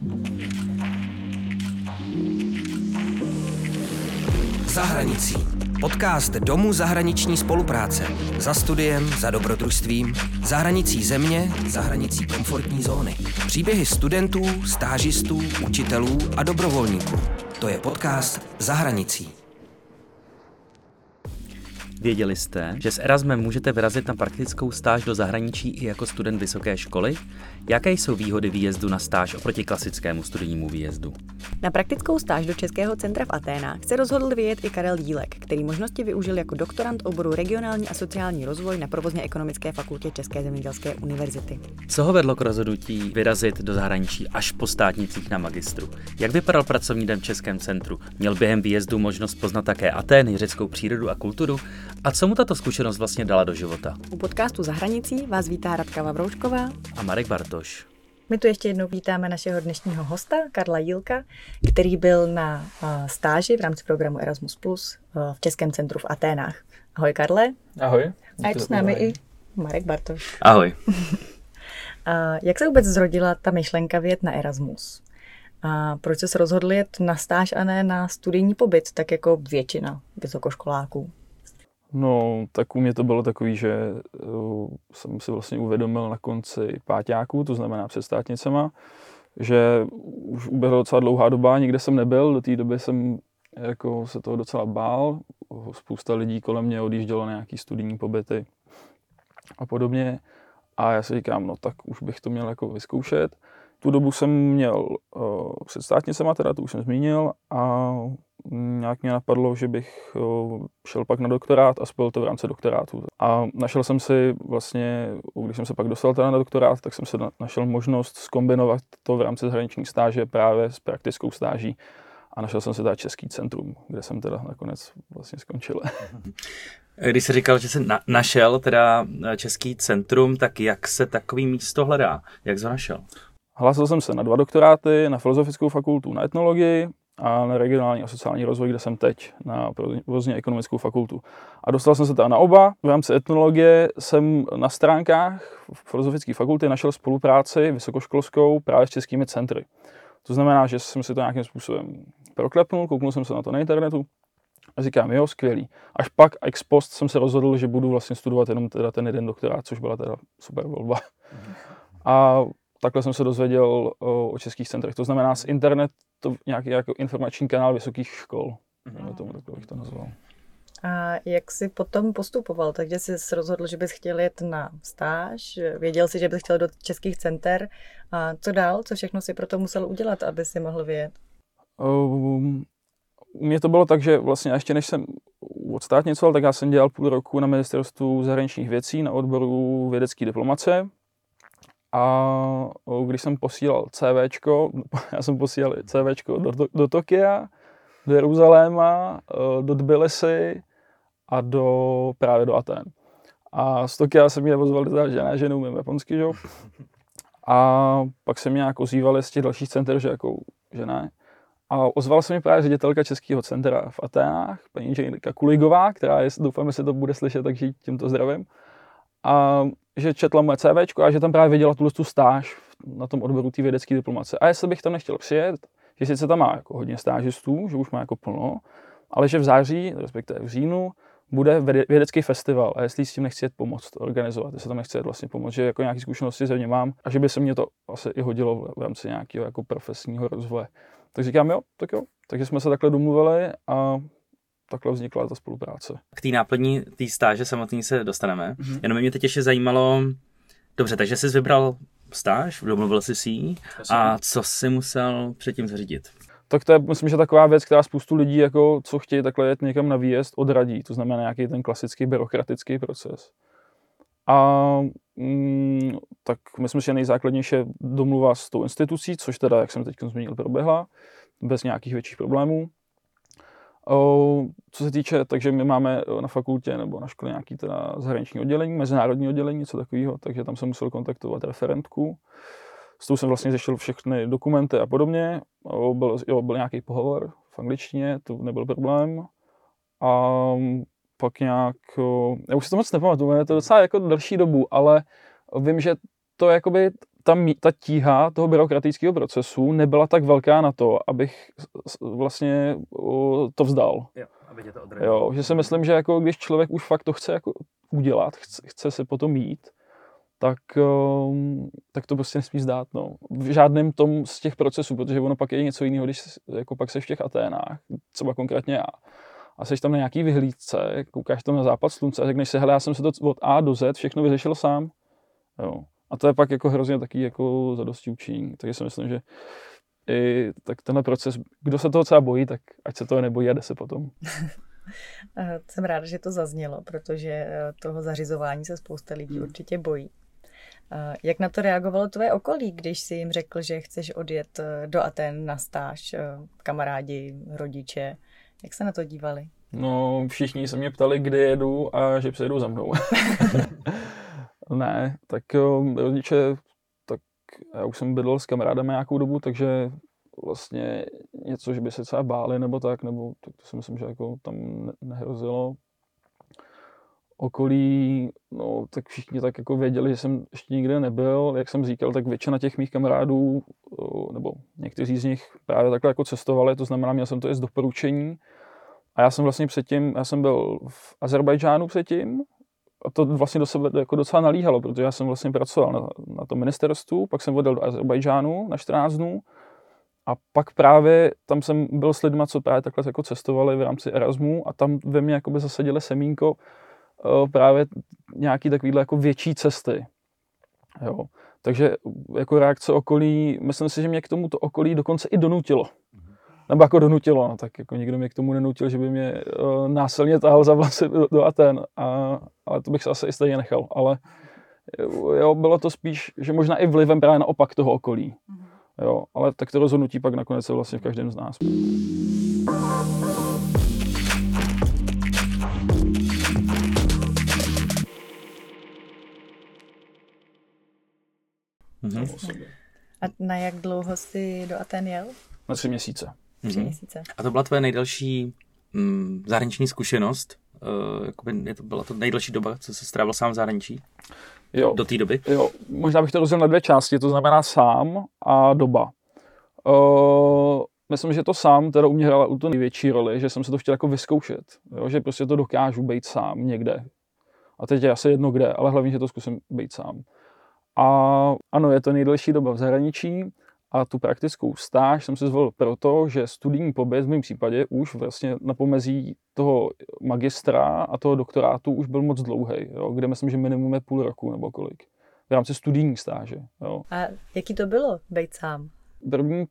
Za hranicí. Podcast Domu zahraniční spolupráce. Za studiem, za dobrodružstvím, za hranicí země, za hranicí komfortní zóny. Příběhy studentů, stážistů, učitelů a dobrovolníků. To je podcast Za hranicí. Věděli jste, že s Erasmem můžete vyrazit na praktickou stáž do zahraničí i jako student vysoké školy? Jaké jsou výhody výjezdu na stáž oproti klasickému studijnímu výjezdu? Na praktickou stáž do Českého centra v Aténách se rozhodl vyjet i Karel Dílek, který možnosti využil jako doktorand oboru regionální a sociální rozvoj na provozně-ekonomické fakultě České zemědělské univerzity. Co ho vedlo k rozhodnutí vyrazit do zahraničí až po státnicích na magistru? Jak vypadal pracovní den v Českém centru? Měl během výjezdu možnost poznat také Atény, řeckou přírodu a kulturu? A co mu tato zkušenost vlastně dala do života? U podcastu Za hranicí vás vítá Radka Vavroušková a Marek Bartoš. My tu ještě jednou vítáme našeho dnešního hosta, Karla Jílka, který byl na stáži v rámci programu Erasmus Plus v Českém centru v Aténách. Ahoj, Karle. Ahoj. A je tu s námi i Marek Bartoš. Ahoj. Jak se vůbec zrodila ta myšlenka vyjet na Erasmus? A proč jsi se rozhodl jet na stáž a ne na studijní pobyt, tak jako většina vysokoškoláků? No, tak u mě to bylo takový, že jsem si vlastně uvědomil na konci páťáku, to znamená před státnicema, že už uběhla docela dlouhá doba, nikde jsem nebyl, do té doby jsem jako se toho docela bál, spousta lidí kolem mě odjíždělo na nějaký studijní pobyty a podobně a já si říkám, no tak už bych to měl jako vyzkoušet. Tu dobu jsem měl před státnicema, teda to už jsem zmínil, a nějak mě napadlo, že bych šel pak na doktorát a spojil to v rámci doktorátu. A našel jsem si vlastně, když jsem se pak dostal teda na doktorát, tak jsem si našel možnost zkombinovat to v rámci zahraniční stáže právě s praktickou stáží. A našel jsem si teda Český centrum, kde jsem teda nakonec vlastně skončil. Když jsi říkal, že jsi našel teda Český centrum, tak jak se takový místo hledá? Jak jsi ho našel? Hlásil jsem se na 2 doktoráty, na Filozofickou fakultu na etnologii a na regionální a sociální rozvoj, kde jsem teď, na provozně-ekonomickou fakultu. A dostal jsem se tam na oba. V rámci etnologie jsem na stránkách Filozofické fakulty našel spolupráci vysokoškolskou právě s českými centry. To znamená, že jsem si to nějakým způsobem proklepnul, kouknul jsem se na to na internetu a říkám, jo, skvělý. Až pak ex post jsem se rozhodl, že budu vlastně studovat jenom teda ten jeden doktorát, což byla teda super volba. A takhle jsem se dozvěděl o českých centrech. To znamená z internetu nějaký jako informační kanál vysokých škol. Tomu takhle bych to nazval. A jak jsi potom postupoval? Takže jsi rozhodl, že bys chtěl jet na stáž, věděl jsi, že bys chtěl do českých center. A co dál? Co všechno si pro to musel udělat, aby si mohl vyjet? U mě to bylo tak, že vlastně ještě než jsem odstátnicoval, tak já jsem dělal půl roku na ministerstvu zahraničních věcí na odboru vědecké diplomacie. A když jsem posílal CVčko, já jsem posílal CVčko do Tokia, do Jeruzaléma, do Tbilisi a právě do Aten. A z Tokia se mě ozvali teda, že ne, že neumím japonsky, že? A pak se mě nějak ozývali z těch dalších center, že ne. A ozvala se mi právě ředitelka Českého centra v Aténách, paní inženýrka Kuligová, která je, doufám, že se to bude slyšet, takže tímto zdravím. A že četla moje CVčko a že tam právě viděla tu stáž na tom odboru té vědecké diplomace. A jestli bych tam nechtěl přijet, že sice tam má jako hodně stážistů, že už má jako plno, ale že v září, respektive v říjnu, bude vědecký festival a jestli s tím nechci jet pomoct organizovat, jestli tam nechci jet vlastně pomoct, že jako nějaké zkušenosti ze mě mám a že by se mě to asi i hodilo v rámci nějakého jako profesního rozvoje. Tak říkám jo. Takže jsme se takhle domluvili a takhle vznikla ta spolupráce. K té náplní té stáže samotný se dostaneme. Jenom mě teď ještě zajímalo, dobře, takže jsi vybral stáž, domluvil jsi si ji a co jsi musel předtím zařídit? Tak to je, myslím, že taková věc, která spoustu lidí, jako, co chtějí takhle jet někam na výjezd, odradí. To znamená nějaký ten klasický byrokratický proces. A tak myslím, že nejzákladnější je domluva s tou institucí, což teda, jak jsem teď zmínil, proběhla, bez nějakých větších problémů. Co se týče, takže my máme na fakultě nebo na škole nějaký teda zahraniční oddělení, mezinárodní oddělení, něco takového, takže tam jsem musel kontaktovat referentku. S tou jsem vlastně řešil všechny dokumenty a podobně. Byl nějaký pohovor v angličtině, to nebyl problém. A pak nějak, já už si to moc nepamatuju, je to docela jako delší dobu, ale vím, že to jakoby ta tíha toho byrokratického procesu nebyla tak velká na to, abych vlastně to vzdal. Jo, aby tě to odradilo. Jo, že si myslím, že jako když člověk už fakt to chce jako udělat, chce se potom mít, tak to prostě nesmí zdát, no. V žádném tom z těch procesů, protože ono pak je něco jiného, když jako pak seš v těch Aténách, třeba konkrétně já, a seš tam na nějaký vyhlídce, koukáš tam na západ slunce a řekneš si, hele, já jsem se to od A do Z všechno vyřešil sám. Jo. A to je pak jako hrozně taky jako zadostiučinění. Takže si myslím, že tak tenhle proces, kdo se toho třeba bojí, tak ať se toho nebojí a jde se potom. Jsem ráda, že to zaznělo, protože toho zařizování se spousta lidí určitě bojí. Jak na to reagovalo tvoje okolí, když jsi jim řekl, že chceš odjet do Aten na stáž, kamarádi, rodiče? Jak se na to dívali? No, všichni se mě ptali, kdy jedu a že přijedou za mnou. Ne, tak rodiče, tak já už jsem bydlel s kamarádem nějakou dobu, takže vlastně něco, že by se třeba báli nebo tak to si myslím, že jako tam nehrozilo. Okolí, no tak všichni tak jako věděli, že jsem ještě nikde nebyl, jak jsem říkal, tak většina těch mých kamarádů, nebo někteří z nich právě takhle jako cestovali, to znamená, měl jsem to i z doporučení. A já jsem vlastně já jsem byl v Azerbajdžánu předtím, a to vlastně do sebe jako docela nalíhalo, protože já jsem vlastně pracoval na tom ministerstvu, pak jsem odjel do Azerbajdžánu na 14 dnů a pak právě tam jsem byl s lidma, co právě takhle jako cestovali v rámci Erasmu a tam ve mně jakoby zasadili semínko právě nějaký takovýhle jako větší cesty. Jo. Takže jako reakce okolí, myslím si, že mě k tomu to okolí dokonce i donutilo. Nebo jako donutilo, no, tak jako nikdo mě k tomu nenutil, že by mě násilně tahal za vlasy do Aten, ale to bych se asi i stejně nechal. Ale jo, bylo to spíš, že možná i vlivem právě naopak toho okolí. Jo, ale tak to rozhodnutí pak nakonec je vlastně v každém z nás. A na jak dlouho jsi do Aten jel? Na 3 měsíce. 3 měsíce. A to byla tvoje nejdelší zahraniční zkušenost? Byla to nejdelší doba, co jsi strávil sám v zahraničí? Jo. Do té doby? Jo, možná bych to rozdělil na 2 části, to znamená sám a doba. Myslím, že to sám teda u mě hrála u to největší roli, že jsem se to chtěl jako vyzkoušet, jo, že prostě to dokážu být sám někde. A teď je asi jedno kde, ale hlavně, že to zkusím být sám. A ano, je to nejdelší doba v zahraničí a tu praktickou stáž jsem si zvolil proto, že studijní pobyt v mém případě už vlastně na pomezí toho magistra a toho doktorátu už byl moc dlouhý, jo, kde myslím, že minimum je půl roku nebo kolik. V rámci studijní stáže. Jo. A jaký to bylo být sám? První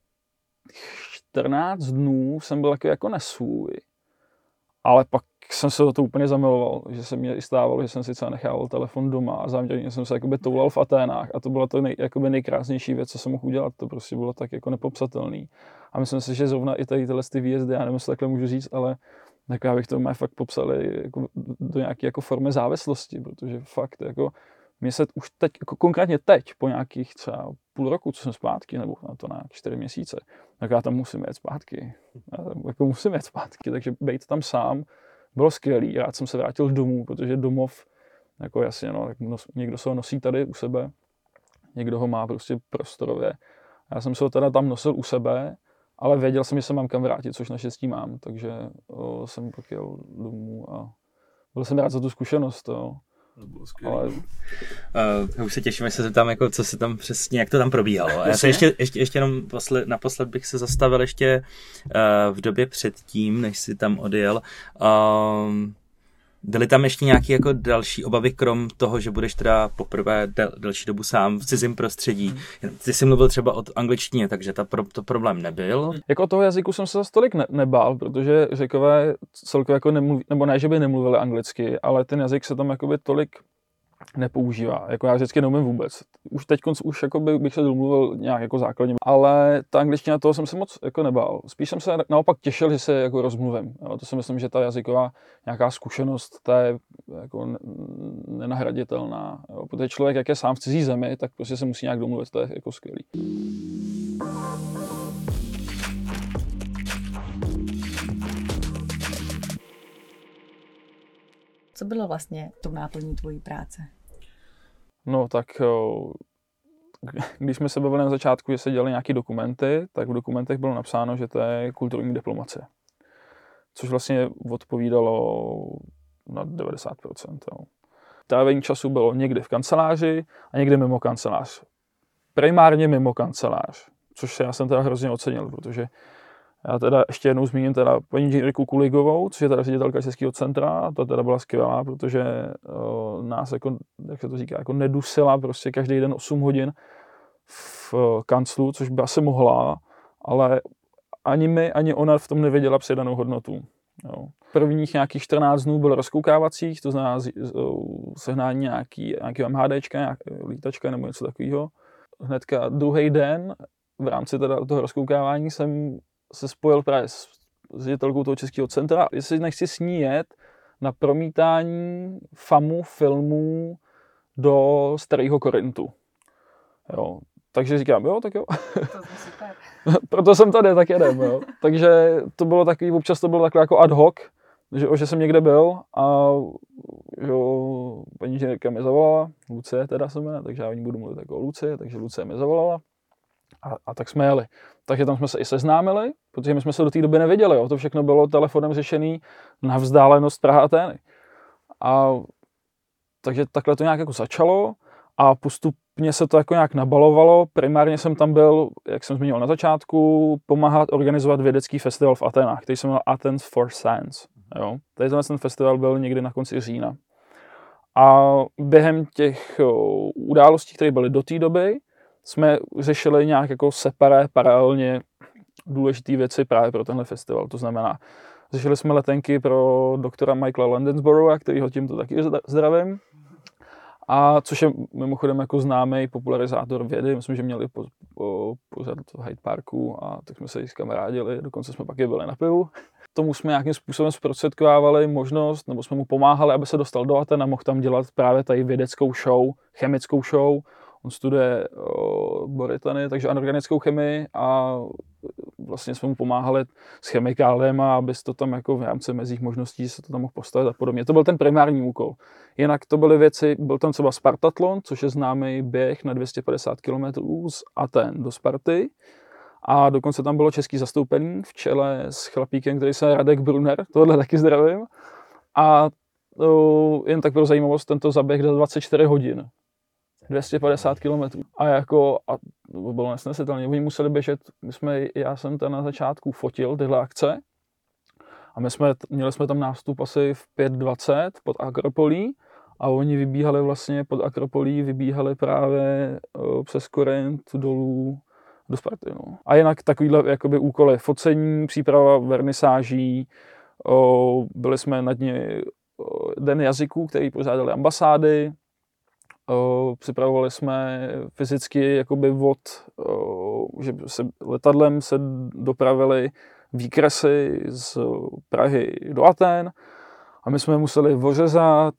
14 dnů jsem byl jako nesvůj, ale pak jsem se do toho úplně zamiloval, že se mě i stávalo, že jsem si třeba nechával telefon doma a záměrně jsem se jakoby toulal v Aténách a to byla to nejkrásnější věc, co jsem mohl udělat, to prostě bylo tak jako nepopsatelný. A myslím si, že zrovna i tyhle výjezdy, já nevím, jestli takhle můžu říct, ale tak já bych to fakt popsal jako do nějaké jako formy závislosti, protože fakt jako mě se už teď, jako konkrétně teď, po nějakých třeba půl roku, co jsem zpátky, nebo na to na 4 měsíce, tak já tam musím jet zpátky. Takže být tam sám bylo skvělý. Rád jsem se vrátil domů, protože domov, jako jasně, no, někdo se ho nosí tady u sebe, někdo ho má prostě prostorově. Já jsem se ho teda tam nosil u sebe, ale věděl jsem, že se mám kam vrátit, což naštěstí mám, takže jsem pak jel domů a byl jsem rád za tu zkušenost. Ale... Já už se těším, že se zeptám, jako, co se tam přesně, jak to tam probíhalo. Já se ještě jenom naposled bych se zastavil ještě v době předtím, než si tam odjel. Byly tam ještě nějaké jako další obavy, krom toho, že budeš teda poprvé delší dobu sám v cizím prostředí? Ty jsi mluvil třeba o angličtině, takže to problém nebyl. Jako toho jazyku jsem se zase tolik nebál, protože Řekové celkově jako nemluví, nebo ne, že by nemluvili anglicky, ale ten jazyk se tam jakoby tolik nepoužívá. Jako já vždycky neumím vůbec. Už teď už bych se domluvil nějak jako základně, ale ta angličtina, toho jsem se moc jako nebál. Spíš jsem se naopak těšil, že se jako rozmluvím. Jo, to si myslím, že ta jazyková nějaká zkušenost, ta je jako nenahraditelná. Jo, protože člověk, jak je sám v cizí zemi, tak prostě se musí nějak domluvit, to je jako skvělý. Co bylo vlastně tou náplní tvojí práce? No tak když jsme se bavili na začátku, že se dělaly nějaké dokumenty, tak v dokumentech bylo napsáno, že to je kulturní diplomacie. Což vlastně odpovídalo na 90%. Jo. Trávení času bylo někdy v kanceláři a někdy mimo kancelář. Primárně mimo kancelář, což já jsem teda hrozně ocenil, protože já teda ještě jednou zmíním teda paní Jirku Kuligovou, což je teda ředitelka Českého centra, to teda byla skvělá, protože nás jako, jak se to říká, jako nedusila prostě každý den 8 hodin v kanclu, což by asi mohla, ale ani my, ani ona v tom nevěděla přidanou hodnotu. Jo. Prvních nějakých 14 dnů bylo rozkoukávacích, to znamená sehnání nějakého MHDčka, lítačka nebo něco takového. Hnedka druhý den v rámci teda toho rozkoukávání jsem se spojil právě s ředitelkou toho Českého centra, jestli nechci s ní jet na promítání FAMu filmů do Starého Korintu. Jo. Takže říkám, jo, tak jo. To je super. Proto jsem tady, tak jedem, jo. Takže to bylo takový, občas to bylo takové jako ad hoc, že jsem někde byl a jo, paní inženýrka mě zavolala, Lucie teda se jmenuje, takže já o ní budu mluvit jako o Lucie, takže Lucie mě zavolala a tak jsme jeli. Takže tam jsme se i seznámili, protože my jsme se do té doby nevěděli, jo. To všechno bylo telefonem řešený na vzdálenost Praha-Atény. A takže takhle to nějak jako začalo a postupně se to jako nějak nabalovalo. Primárně jsem tam byl, jak jsem zmínil na začátku, pomáhat organizovat vědecký festival v Atenách, který se jmenoval Athens for Science. Jo. Tady ten festival byl někdy na konci října. A během těch událostí, které byly do té doby, jsme řešili nějak jako paralelně důležité věci právě pro tenhle festival. To znamená, řešili jsme letenky pro doktora Michaela Landensborougha, kterýho tímto taky zdravím. A což je mimochodem jako známý popularizátor vědy, myslím, že měli pořád v Hyde Parku a tak jsme se s kamarádili, dokonce jsme pak je byli na pivu. Tomu jsme nějakým způsobem zprostředkovávali možnost, nebo jsme mu pomáhali, aby se dostal do Aten a mohl tam dělat právě tady vědeckou show, chemickou show. On studuje Borytany, takže anorganickou chemii a vlastně jsme mu pomáhali s chemikálem, aby se to tam jako v rámci mezích možností se to tam mohl postavit a podobně. To byl ten primární úkol. Jinak to byly věci, byl tam třeba Spartatlon, což je známý běh na 250 km z Aten do Sparty. A dokonce tam bylo český zastoupení v čele s chlapíkem, který se Radek Brunner, tohle taky zdravím. A jen tak pro zajímavost, tento zaběh do 24 hodin. 250 km. A to bylo nesnesitelné. Oni museli běžet, já jsem tam na začátku fotil tyhle akce a měli jsme tam nástup asi v 5:20 pod Akropolí a oni vybíhali vlastně pod Akropolí, vybíhali právě přes Korint dolů do Sparty. No. A jinak takovýhle jakoby úkoly, focení, příprava vernisáží, byli jsme na dně Den jazyků, který pořádali ambasády, připravovali jsme fyzicky jakoby že se letadlem se dopravili výkresy z Prahy do Aten a my jsme museli ořezat,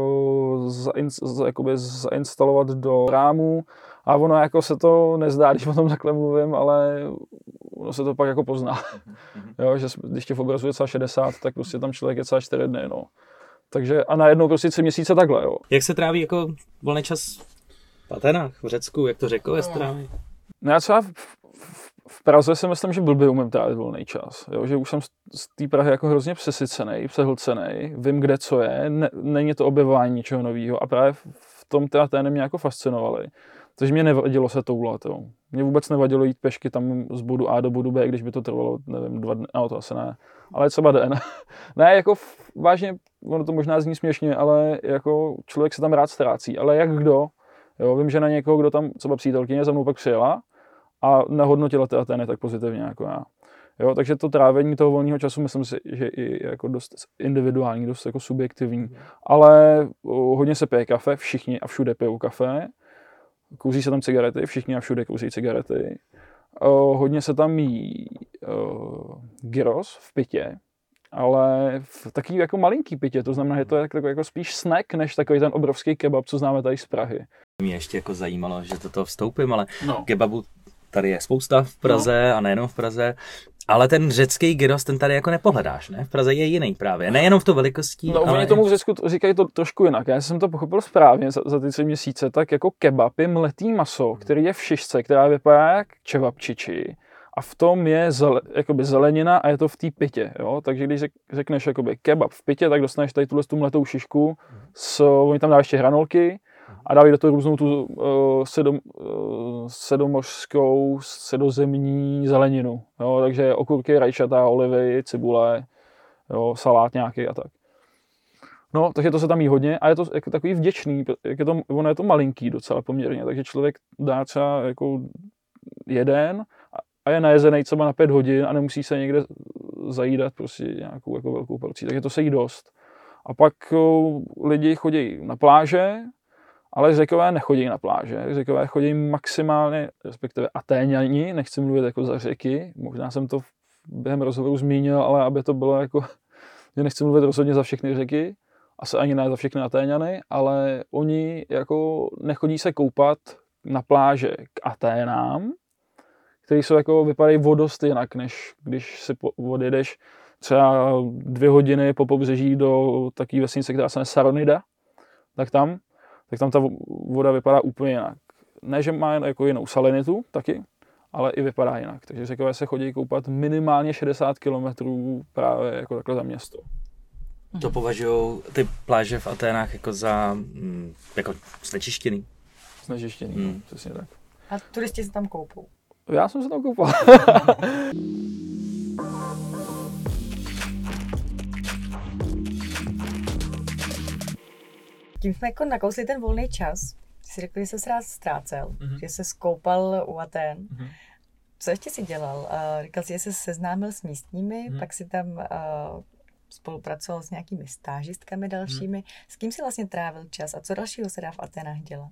zainstalovat do rámu a ono jako se to nezdá, když o tom takhle mluvím, ale ono se to pak jako pozná. Jo, že když tě v obrazu je celá 60, tak prostě tam člověk je celá 4 dny, no. Takže a najednou prostě 3 měsíce takhle, jo. Jak se tráví jako volný čas v Atenách, v Řecku, jak to Řekové stráví? No já třeba v Praze si myslím, že blbě umím trávit volný čas, jo, že už jsem z té Prahy jako hrozně přesycený, přehlcený, vím kde co je, není to objevování něčeho nového a právě v tom ty Atény mě jako fascinovaly. Takže mě nevadilo se toulat, jo. Mě vůbec nevadilo jít pešky tam z bodu A do bodu B, když by to trvalo, nevím, 2 dny, no to asi ne, ale třeba den. Ne, jako vážně, ono to možná zní směšně, ale jako člověk se tam rád ztrácí, ale jak kdo, jo, vím, že na někoho, kdo tam třeba přítelkyně za mnou pak přijela a nehodnotila ty Atény tak pozitivně jako já. Jo, takže to trávení toho volného času myslím si, že je jako dost individuální, dost jako subjektivní, ale hodně se pije kafe, všichni a všude pijou kafe. Kouří se tam cigarety, všichni a všude kouří cigarety. Hodně se tam jí gyros v pitě, ale v takový jako malinký pitě, to znamená, že to je jako spíš snack, než takový ten obrovský kebab, co známe tady z Prahy. Mě ještě jako zajímalo, že do toho vstoupím, ale kebabu tady je spousta v Praze a nejenom v Praze. Ale ten řecký gyros, ten tady jako nepohledáš, ne? V Praze je jiný právě, nejenom v to velikostí, No, ale... oni tomu v Řecku říkají to trošku jinak. Já jsem to pochopil správně za ty 3 měsíce, tak jako kebab je mletý maso, který je v šišce, která vypadá jak čevapčiči. A v tom je jakoby zelenina a je to v té pitě. Jo? Takže když řekneš jakoby kebab v pitě, tak dostaneš tady tu mletou šišku. Oni tam dávají ještě hranolky a dávají do toho různou tu sedomořskou, středozemní zeleninu. Jo? Takže okurky, rajčata, olivy, cibule, jo? Salát nějaký a tak. No, takže to se tam jí hodně a je to jako takový vděčný, ono je to malinký docela poměrně, takže člověk dá třeba jako jeden a je najezený třeba na 5 hodin a nemusí se někde zajídat prostě nějakou jako velkou porcí, takže to se jí dost. A pak lidi chodí na pláže, ale Řekové nechodí na pláže. Řekové chodí maximálně, respektive Atéňani, nechci mluvit jako za Řeky, možná jsem to během rozhovoru zmínil, ale aby to bylo jako, že nechci mluvit rozhodně za všechny Řeky, asi ani ne za všechny Atéňany, ale oni jako nechodí se koupat na pláže k Aténám, které jsou jako, vypadají vodost jinak, než když si odjedeš třeba 2 hodiny po pobřeží do takové vesnice, která se jmenuje Saronida, tak tam ta voda vypadá úplně jinak. Ne, že má jako jinou salinitu taky, ale i vypadá jinak. Takže Řekové se chodí koupat minimálně 60 kilometrů právě jako takhle za město. To považují ty pláže v Aténách jako za jako znečištěný. Znečištěný, přesně tak. A turisti se tam koupou. Já jsem se tam koupal. Tím jsme jako nakousli ten volný čas. Ty jsi řekl, že jsi se rád ztrácel, že jsi skoupal u Atén. Co ještě jsi dělal? Říkal jsi, že jsi seznámil s místními, pak si tam spolupracoval s nějakými stážistkami dalšími. S kým jsi vlastně trávil čas a co dalšího se dá v Aténách dělat?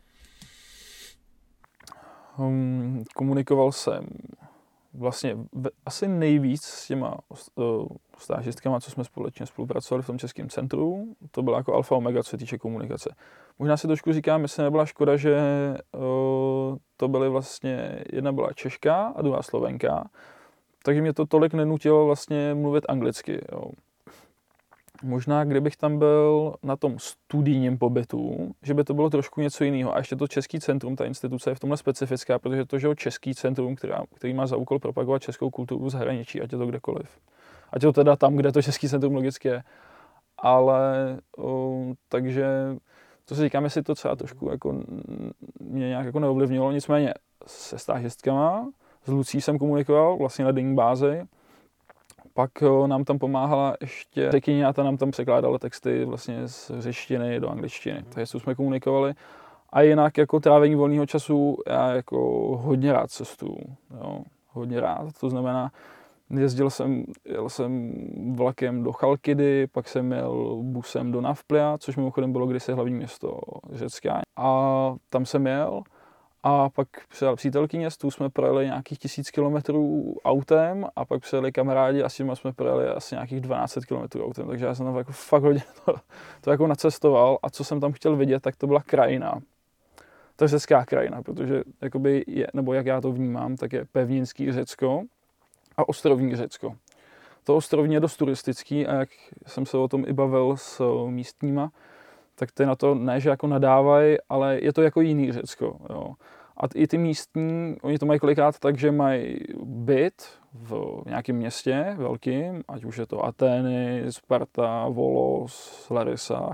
Komunikoval jsem vlastně asi nejvíc s těma stážistkama, co jsme společně spolupracovali v tom českém centru. To byla jako alfa omega, co se týče komunikace. Možná si trošku říkám, jestli nebyla škoda, že to byly vlastně, jedna byla Češka a druhá Slovenka, takže mě to tolik nenutilo vlastně mluvit anglicky. Jo. Možná, kdybych tam byl na tom studijním pobytu, že by to bylo trošku něco jiného. A ještě to Český centrum, ta instituce je v tomhle specifická, protože to, že Český centrum, který má za úkol propagovat českou kulturu v zahraničí, ať je to kdekoliv. Ať je to teda tam, kde to Český centrum logicky je. Ale takže to si říkám, jestli to třeba trošku jako mě nějak jako neovlivnilo. Nicméně se stážistkama, s Lucí jsem komunikoval vlastně na denní bázi. Pak nám tam pomáhala ještě Řekyně a ta nám tam překládala texty vlastně z řeštiny do angličtiny. Takže jsme komunikovali. A jinak jako trávení volného času já jako hodně rád cestuju. Jo, hodně rád. To znamená, jel jsem vlakem do Chalkidy, pak jsem jel busem do Nafplija, což mimochodem bylo kdysi hlavní město Řecka. A tam jsem jel. A pak přijela přítelkyně, s tou jsme projeli nějakých 1000 kilometrů autem a pak přijeli kamarádi a s těma jsme projeli asi nějakých 1200 kilometrů autem. Takže já jsem tam jako fakt hodně to jako nacestoval a co jsem tam chtěl vidět, tak to byla krajina. To je řecká krajina, protože jakoby je, nebo jak já to vnímám, tak je pevninský Řecko a ostrovní Řecko. To ostrovní je dost turistický a jak jsem se o tom i bavil s místníma, tak ty na to ne, že jako nadávají, ale je to jako jiný Řecko. Jo. A i ty místní, oni to mají kolikrát tak, že mají byt v nějakém městě velkým, ať už je to Atény, Sparta, Volos, Larisa,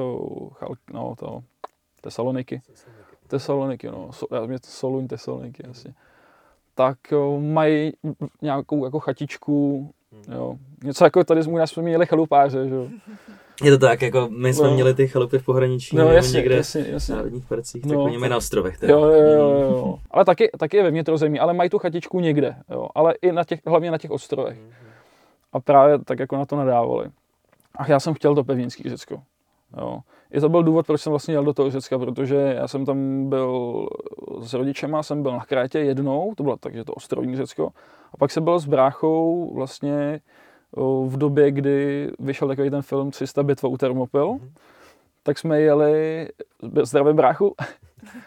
Tesaloniky, no. Soluň, Tesaloniky asi. Tak mají nějakou jako chatičku, jo. Něco jako tady jsme měli chalupáře, že jo. Je to tak, jako my jsme měli ty chalupy v pohraničí, no, jasně, někde jasně. v národních parcích, tak no, oni mají na ostrovech. Jo. Ale taky je ve vnitrozemí, ale mají tu chatičku někde, jo. Ale i hlavně na těch ostrovech. A právě tak jako na to nadávali. Ach, já jsem chtěl to pevninský Řecko. Jo. I to byl důvod, proč jsem vlastně jel do toho Řecka, protože já jsem tam byl s rodičema, jsem byl na Krétě jednou, to bylo tak, že to ostrovní Řecko. A pak jsem byl s bráchou vlastně v době, kdy vyšel takový ten film 300 bitva u Termopil, tak jsme jeli, zdravím bráchu,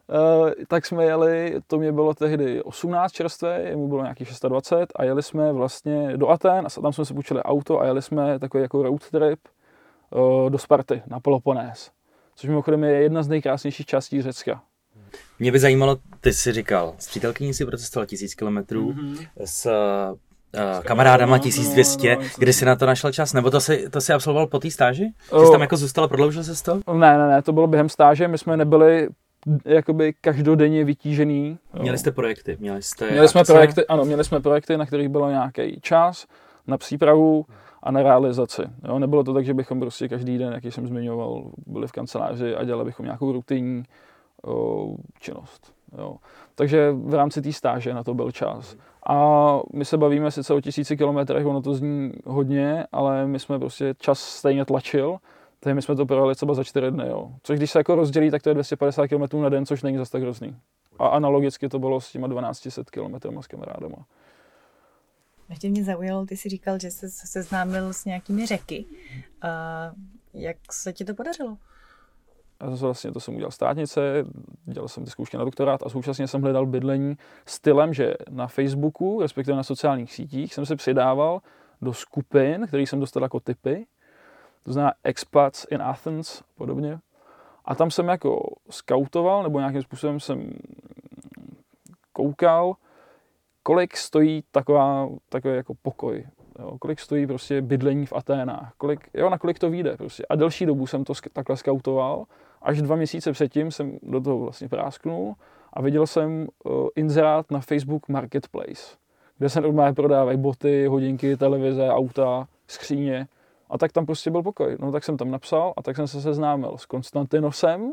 tak jsme jeli, to mě bylo tehdy 18 čerstvé, jemu bylo nějakých 26 a jeli jsme vlastně do Aten a tam jsme si půjčili auto a jeli jsme takový jako road trip do Sparty na Peloponés, což mimochodem je jedna z nejkrásnějších částí Řecka. Mě by zajímalo, ty jsi říkal, s přítelkyní si procestoval 1000 kilometrů, s kamarádama 1200, kdy jsi na to našel čas? Nebo to jsi absolvoval po té stáži? Jsi tam jako zůstal a prodloužil se to? Ne, to bylo během stáže, my jsme nebyli jakoby každodenně vytížený. Měli jste projekty? Měli jsme projekty, na kterých bylo nějaký čas na přípravu a na realizaci. Jo, nebylo to tak, že bychom prostě každý den, jak jsem zmiňoval, byli v kanceláři a dělali bychom nějakou rutinní činnost. Jo. Takže v rámci té stáže na to byl čas. A my se bavíme sice o 1000 kilometrech, ono to zní hodně, ale my jsme prostě čas stejně tlačil, takže my jsme to projeli třeba za 4 dny. Jo. Což když se jako rozdělí, tak to je 250 km na den, což není zase tak hrozný. A analogicky to bylo s těma 1200 km s kamarádama. Ještě mě zaujalo, ty jsi říkal, že jsi se seznámil s nějakými řeky. Jak se ti to podařilo? To jsem udělal státnice, dělal jsem ty zkoušky na doktorát a současně jsem hledal bydlení stylem, že na Facebooku, respektive na sociálních sítích, jsem se přidával do skupin, které jsem dostal jako tipy, to znamená expats in Athens a podobně. A tam jsem jako skautoval, nebo nějakým způsobem jsem koukal, kolik stojí takový jako pokoj. Jo, kolik stojí prostě bydlení v Aténách, na kolik to vyjde prostě. A delší dobu jsem to takhle skautoval, až 2 měsíce předtím jsem do toho vlastně prásknul a viděl jsem inzerát na Facebook Marketplace, kde se normálně prodávají boty, hodinky, televize, auta, skříně a tak tam prostě byl pokoj. No tak jsem tam napsal a tak jsem se seznámil s Konstantinosem,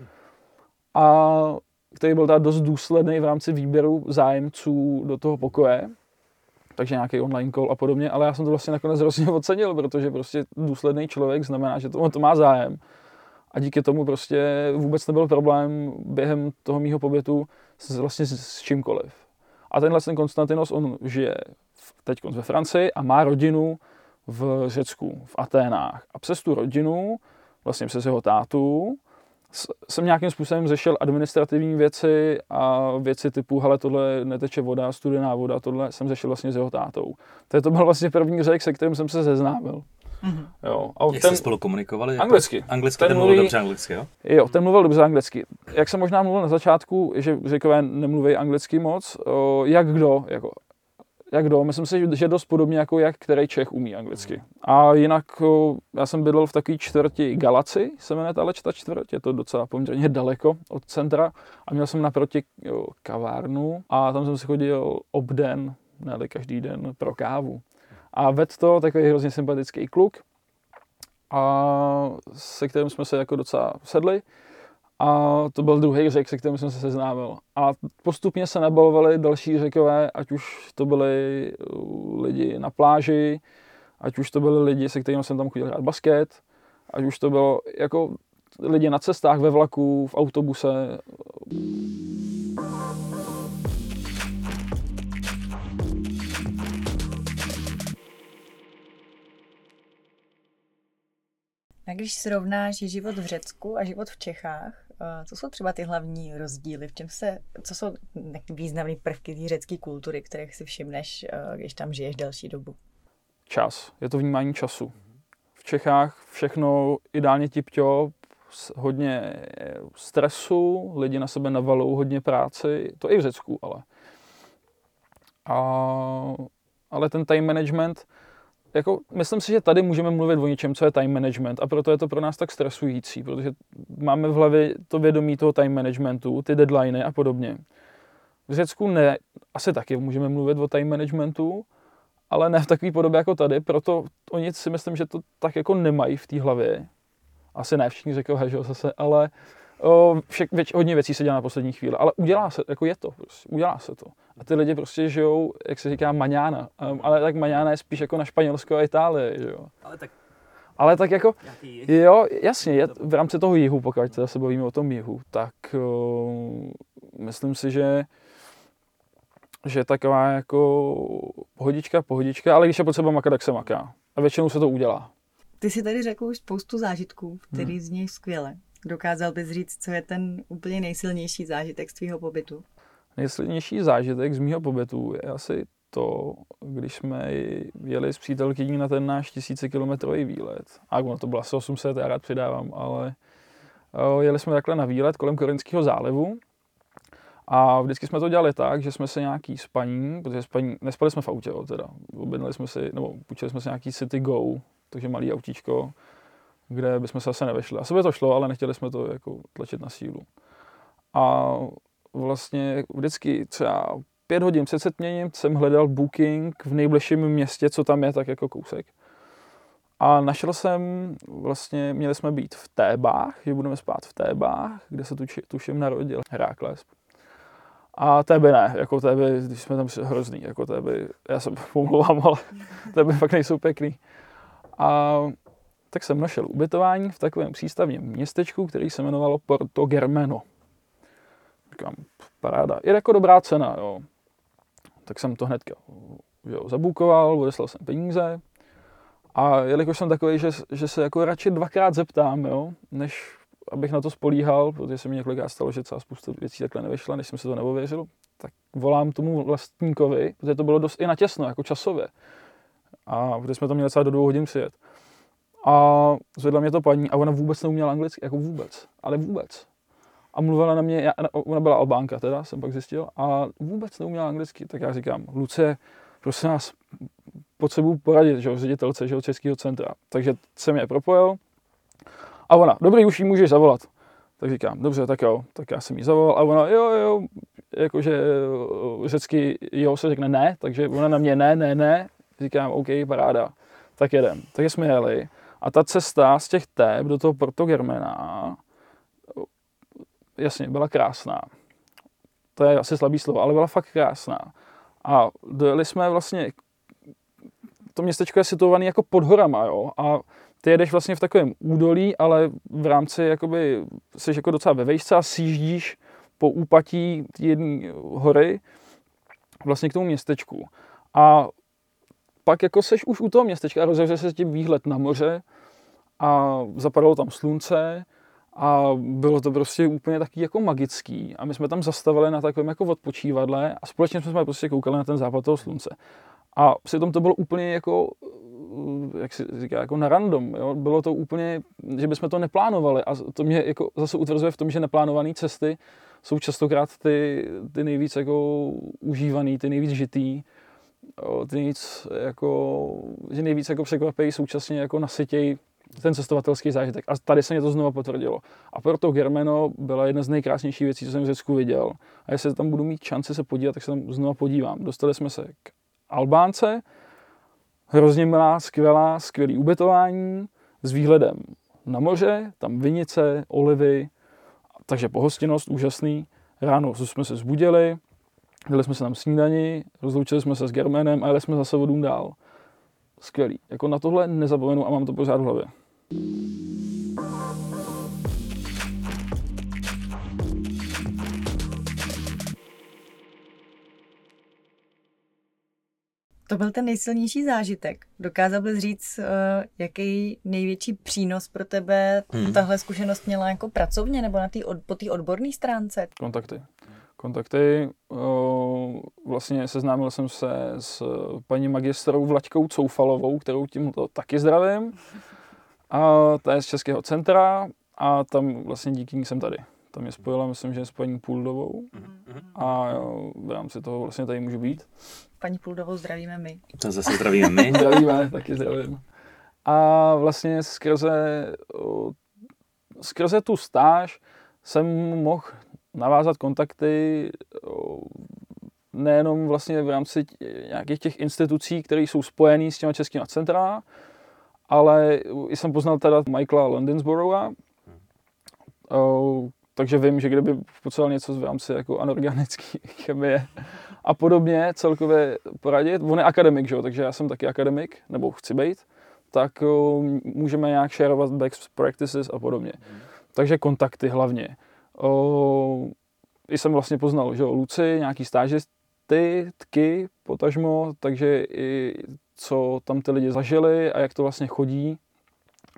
který byl teda dost důsledný v rámci výběru zájemců do toho pokoje. Takže nějaký online call a podobně, ale já jsem to vlastně nakonec hrozně ocenil, protože prostě důsledný člověk znamená, že to má zájem. A díky tomu prostě vůbec nebyl problém během toho mýho pobytu vlastně s čímkoliv. A ten Konstantinos, on žije teď ve Francii a má rodinu v Řecku, v Aténách. A přes tu rodinu, vlastně přes jeho tátu, jsem nějakým způsobem řešil administrativní věci a věci typu, hele, tohle neteče voda, studená voda, tohle jsem řešil vlastně s jeho tátou. To byl vlastně první Řek, se kterým jsem se seznámil. Mm-hmm. Jo. A jak jste spolu komunikovali? Anglicky. Ten mluvil dobře anglicky, jo? Jo, ten mluvil dobře anglicky. Jak jsem možná mluvil na začátku, že Řekové nemluví anglicky moc, jak kdo, myslím si, že dost podobně jako jak který Čech umí anglicky. A jinak já jsem bydlel v takové čtvrti Galaci, se jmenuje ta čtvrť, je to docela poměrně daleko od centra a měl jsem naproti kavárnu a tam jsem si chodil obden, ne každý den, pro kávu. A vedl to takový hrozně sympatický kluk, a se kterým jsme se jako docela sedli. A to byl druhý Řek, se kterým jsem se seznámil. A postupně se nabalovali další Řekové, ať už to byli lidi na pláži, ať už to byli lidi, se kterými jsem tam chodil hrát basket, ať už to bylo jako lidi na cestách, ve vlaku, v autobuse. A když srovnáš život v Řecku a život v Čechách, co jsou třeba ty hlavní rozdíly? Co jsou významné prvky té řecké kultury, kterých si všimneš, když tam žiješ delší dobu? Čas. Je to vnímání času. V Čechách všechno ideálně tip-top, hodně stresu, lidi na sebe navalou hodně práci, to i v Řecku, ale ten time management, jako, myslím si, že tady můžeme mluvit o něčem, co je time management a proto je to pro nás tak stresující, protože máme v hlavě to vědomí toho time managementu, ty deadliny a podobně. V Řecku ne, asi taky můžeme mluvit o time managementu, ale ne v takové podobě jako tady, proto oni si myslím, že to tak jako nemají v té hlavě. Asi ne všichni Řekové, že zase, ale hodně věcí se dělá na poslední chvíli, ale udělá se, jako je to, prostě, udělá se to. A ty lidi prostě žijou, jak se říká, maňána, ale tak maňána je spíš jako na Španělsko a Itálii, že jo. Ale tak jako, jo, jasně, v rámci toho jihu, pokud se bavíme o tom jihu, tak myslím si, že taková jako pohodička, ale když je potřeba makat, tak se maká. A většinou se to udělá. Ty si tady řekl už spoustu zážitků, který znějí skvěle. Dokázal bys říct, co je ten úplně nejsilnější zážitek z tvýho pobytu? Nejsilnější zážitek z mýho pobytu je asi to, když jsme jeli s přítelkyní na ten náš 1000kilometrový výlet. A ono to bylo asi 800, já rád přidávám, ale jeli jsme takhle na výlet kolem Korinského zálivu. A vždycky jsme to dělali tak, že jsme se nějaký spaní, protože nespali jsme v autě, teda. Objednali jsme si, nebo půjčili jsme si nějaký City Go, takže malý autíčko, kde bychom se asi nevešli. Asi by to šlo, ale nechtěli jsme to jako tlačit na sílu. A vlastně vždycky třeba 5 hodin před setměním jsem hledal booking v nejbližším městě, co tam je, tak jako kousek. A našel jsem, vlastně měli jsme být v Thébách, že budeme spát v Thébách, kde se tuším narodil Herakles. A Téby ne, jako Téby, když jsme tam hrozný, jako Téby, já se pomlouvám, ale Téby fakt nejsou pěkný. A tak jsem našel ubytování v takovém přístavním městečku, který se jmenovalo Porto Germano. Říkám, paráda, je jako dobrá cena, jo. Tak jsem to hnedka zabookoval, odeslal jsem peníze. A jelikož jsem takový, že se jako radši 2krát zeptám, jo, než abych na to spolíhal, protože se mi několikrát stalo, že celá spousta věcí takhle nevyšla, než jsem si to neověřil, tak volám tomu vlastníkovi, protože to bylo dost i natěsno, jako časově. A protože jsme to měli třeba do 2 hodin přijet. A zvedla mě to paní a ona vůbec neuměla anglicky, jako vůbec, ale vůbec. A mluvila na mě, ona byla Albánka teda, jsem pak zjistil, a vůbec neuměla anglicky, tak já říkám, Lucie, prosím nás, potřebuji poradit, že, ředitelce, že, Českého centra. Takže jsem je propojil a ona, dobrý, už jí můžeš zavolat. Tak říkám, dobře, tak jo, tak já jsem jí zavolal a ona, jo, jakože řecky jo se řekne ne, takže ona na mě ne, říkám, OK, paráda, tak jedem. Takže jsme jeli a ta cesta z těch Téb do toho Porto Germana, jasně, byla krásná. To je asi slabý slovo, ale byla fakt krásná. A dojeli jsme vlastně, to městečko je situované jako pod horama, jo, a ty jedeš vlastně v takovém údolí, ale v rámci, jakoby, jsi jako docela ve vejšce a sjíždíš po úpatí jedné hory vlastně k tomu městečku. A pak jako seš už u toho městečka a rozevře se tím výhled na moře a zapadalo tam slunce a bylo to prostě úplně taky jako magický. A my jsme tam zastavili na takovém jako odpočívadle a společně jsme prostě koukali na ten západ toho slunce. A přitom to bylo úplně jako, jak se říká, jako na random. Jo? Bylo to úplně, že bychom to neplánovali. A to mě jako zase utvrzuje v tom, že neplánované cesty jsou častokrát ty nejvíc jako užívaný, ty nejvíc žitý, ty nejvíc jako, že nejvíc jako překvapí, současně jako nasytějí ten cestovatelský zážitek. A tady se mě to znovu potvrdilo. A Porto Germano byla jedna z nejkrásnějších věcí, co jsem v Řecku viděl. A jestli tam budu mít šanci se podívat, tak se tam znovu podívám. Dostali jsme se k Albánce, hrozně milá, skvělý ubytování s výhledem na moře, tam vinice, olivy, takže pohostinnost úžasný. Ráno jsme se zbudili, dali jsme se tam snídani, rozloučili jsme se s Germanem a jeli jsme zase vodům dál. Skvělý. Jako na tohle nezapomenu a mám to pořád v hlavě. To byl ten nejsilnější zážitek. Dokázal bys říct, jaký největší přínos pro tebe tahle zkušenost měla jako pracovně nebo po té odborné stránce? Kontakty. Vlastně seznámil jsem se s paní magistrou Vlaďkou Coufalovou, kterou tímto taky zdravím. A ta je z Českého centra a tam vlastně díky ní jsem tady. Tam je spojila, myslím, že s paní Puldovou a v rámci toho vlastně tady můžu být. Paní Puldovou zdravíme my. To zase zdravíme my. Zdravíme, taky zdravím. A vlastně skrze tu stáž jsem mohl navázat kontakty nejenom vlastně v rámci nějakých těch institucí, které jsou spojené s těma českýma centra, ale i jsem poznal teda Michaela Londonsborougha, takže vím, že kdyby potřeboval něco v rámci jako anorganické chemie a podobně celkově poradit, on je akademik, že jo, takže já jsem taky akademik, nebo chci být, tak můžeme nějak shareovat best practices a podobně. Takže kontakty hlavně. I jsem vlastně poznal, že jo, Luci, nějaký stážisty, tky, potažmo, takže i co tam ty lidi zažili a jak to vlastně chodí.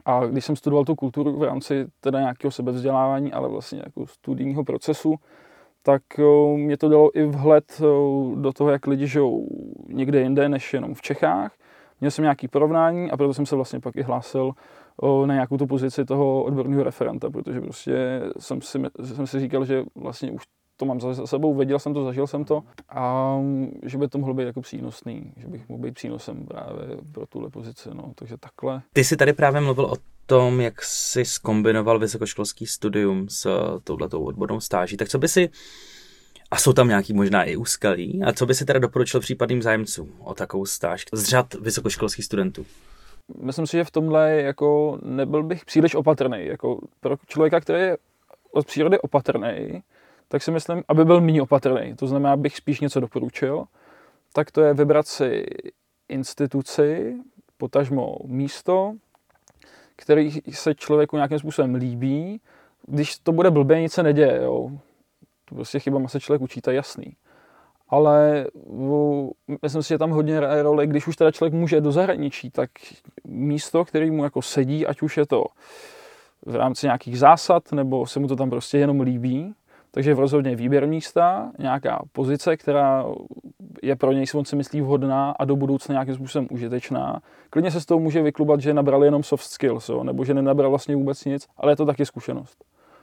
A když jsem studoval tu kulturu v rámci teda nějakého sebevzdělávání, ale vlastně jako studijního procesu, tak mě to dalo i vhled do toho, jak lidi žijou někde jinde, než jenom v Čechách. Měl jsem nějaké porovnání a proto jsem se vlastně pak i hlásil na nějakou tu pozici toho odborného referenta, protože prostě jsem si říkal, že vlastně už to mám za sebou, věděl jsem to, zažil jsem to a že by to mohlo být jako přínosný, že bych mohl být přínosem právě pro tuhle pozici, no, takže takhle. Ty jsi tady právě mluvil o tom, jak jsi zkombinoval vysokoškolský studium s touhletou odbornou stáží, tak co by si, a jsou tam nějaký možná i úskalí, a co by si teda doporučil případným zájemcům o takovou stáž z řad vysokoškolských studentů? Myslím si, že v tomhle jako nebyl bych příliš opatrný. Jako pro člověka, který je od přírody opatrný, tak si myslím, aby byl méně opatrný. To znamená, abych spíš něco doporučil, tak to je vybrat si instituci, potažmo místo, který se člověku nějakým způsobem líbí. Když to bude blbě, nic se neděje. Jo. To prostě chybama se člověk učí, to je jasný. Ale myslím si, že tam hodně hraje roli, když už teda člověk může do zahraničí, tak místo, který mu jako sedí, ať už je to v rámci nějakých zásad, nebo se mu to tam prostě jenom líbí. Takže rozhodně výběr místa, nějaká pozice, která je pro něj, on si myslí, vhodná a do budoucna nějakým způsobem užitečná. Klidně se z toho může vyklubat, že nabral jenom soft skills, jo, nebo že nenabral vlastně vůbec nic, ale je to taky zkušenost.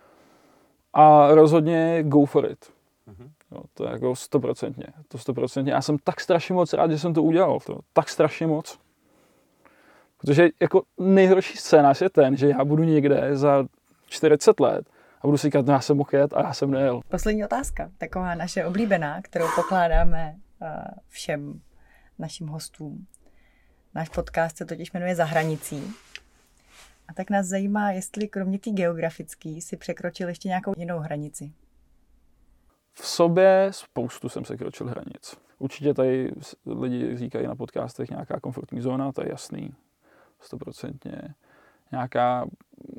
A rozhodně go for it. Jo, to je jako 100%. Já jsem tak strašně moc rád, že jsem to udělal. Tak strašně moc. Protože jako nejhorší scénář je ten, že já budu někde za 40 let a budu si říkat, no já jsem mohl jet a já jsem nejel. Poslední otázka, taková naše oblíbená, kterou pokládáme všem našim hostům. Náš podcast se totiž jmenuje Za hranicí. A tak nás zajímá, jestli kromě té geografické si překročil ještě nějakou jinou hranici. V sobě spoustu jsem překročil hranic. Určitě tady lidi říkají na podcastech nějaká komfortní zóna, to je jasný. 100%. Nějaká,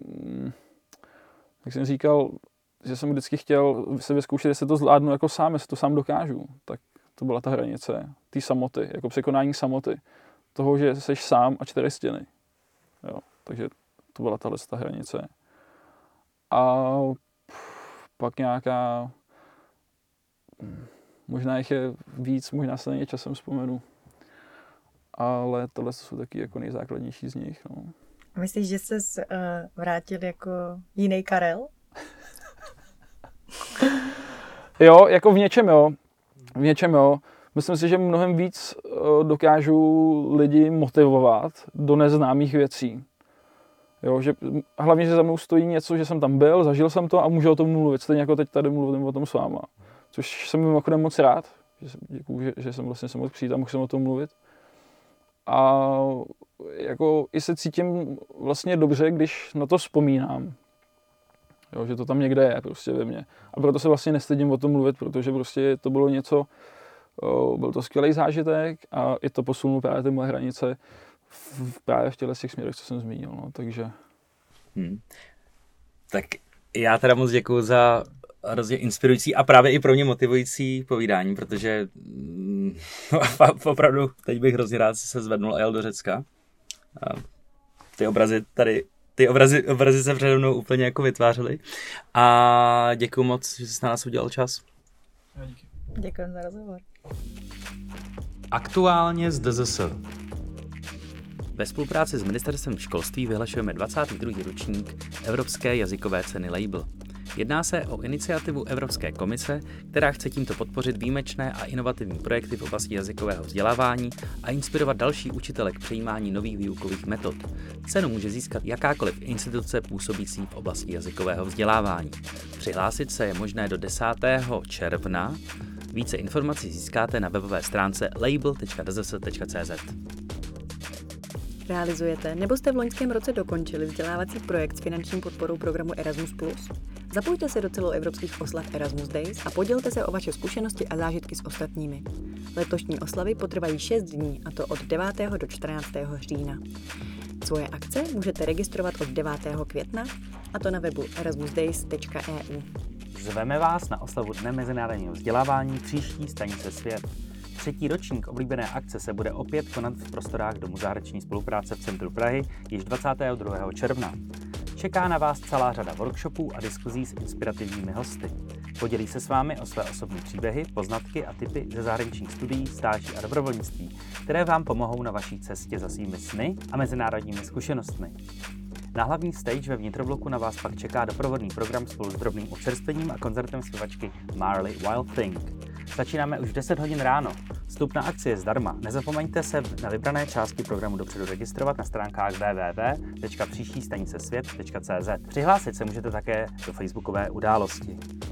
jak jsem říkal, že jsem vždycky chtěl se vyzkoušet, jestli to zvládnu jako sám, jestli to sám dokážu. Tak to byla ta hranice, té samoty, jako překonání samoty. Toho, že jsi sám a 4 stěny. Jo, takže to byla ta hranice. A pak nějaká, možná jich je víc, možná se na ně časem vzpomenu. Ale tohle jsou taky jako nejzákladnější z nich. No. Myslíš, že jsi vrátil jako jiný Karel? Jo, jako v něčem jo. Myslím si, že mnohem víc dokážu lidi motivovat do neznámých věcí. Jo, že hlavně, že za mnou stojí něco, že jsem tam byl, zažil jsem to a můžu o tom mluvit. Stejně jako teď tady mluvím o tom s váma. Což jsem mimochodem moc rád, že jsem vlastně se mohl přijít a mohl jsem o tom mluvit. A jako i se cítím vlastně dobře, když na to vzpomínám. Jo, že to tam někde je prostě ve mně. A proto se vlastně nestydím o tom mluvit, protože prostě to bylo něco, byl to skvělý zážitek a i to posunul právě ty moje hranice právě v těch směrech, co jsem zmínil. No, takže. Tak já teda moc děkuju za hrozně inspirující a právě i pro mě motivující povídání, protože opravdu teď bych hrozně rád se zvednul a jel do Řecka. A ty obrazy se přede mnou úplně jako vytvářely. A děkuju moc, že jsi na nás udělal čas. Díky. Děkuji za rozhovor. Aktuálně z DZS. Ve spolupráci s Ministerstvem školství vyhlašujeme 22. ročník Evropské jazykové ceny Label. Jedná se o iniciativu Evropské komise, která chce tímto podpořit výjimečné a inovativní projekty v oblasti jazykového vzdělávání a inspirovat další učitele k přijímání nových výukových metod. Cenu může získat jakákoliv instituce působící v oblasti jazykového vzdělávání. Přihlásit se je možné do 10. června. Více informací získáte na webové stránce label.dzs.cz. Realizujete nebo jste v loňském roce dokončili vzdělávací projekt s finanční podporou programu Erasmus+. Zapojte se do celoevropských oslav Erasmus Days a podělte se o vaše zkušenosti a zážitky s ostatními. Letošní oslavy potrvají 6 dní, a to od 9. do 14. října. Svoje akce můžete registrovat od 9. května, a to na webu erasmusdays.eu. Zveme vás na oslavu Dne mezinárodního vzdělávání příští stanice Svět. 3. ročník oblíbené akce se bude opět konat v prostorách Domu zahraniční spolupráce v centru Prahy již 22. června. Čeká na vás celá řada workshopů a diskuzí s inspirativními hosty. Podělí se s vámi o své osobní příběhy, poznatky a tipy ze zahraničních studií, stáží a dobrovolnictví, které vám pomohou na vaší cestě za svými sny a mezinárodními zkušenostmi. Na hlavní stage ve vnitrobloku na vás pak čeká doprovodný program spolu s drobným občerstvením a koncertem zpěvačky Marley Wild Thing. Začínáme už v 10 hodin ráno. Vstup na akci je zdarma. Nezapomeňte se na vybrané části programu dopředu registrovat na stránkách www.příštístanicesvět.cz. Přihlásit se můžete také do facebookové události.